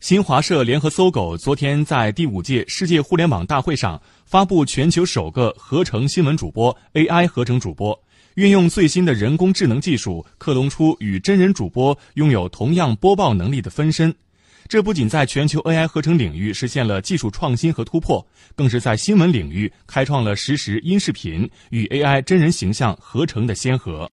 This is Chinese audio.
新华社联合搜狗昨天在第5届世界互联网大会上发布全球首个合成新闻主播 AI 合成主播，运用最新的人工智能技术克隆出与真人主播拥有同样播报能力的分身。这不仅在全球 AI 合成领域实现了技术创新和突破，更是在新闻领域开创了实时音视频与 AI 真人形象合成的先河。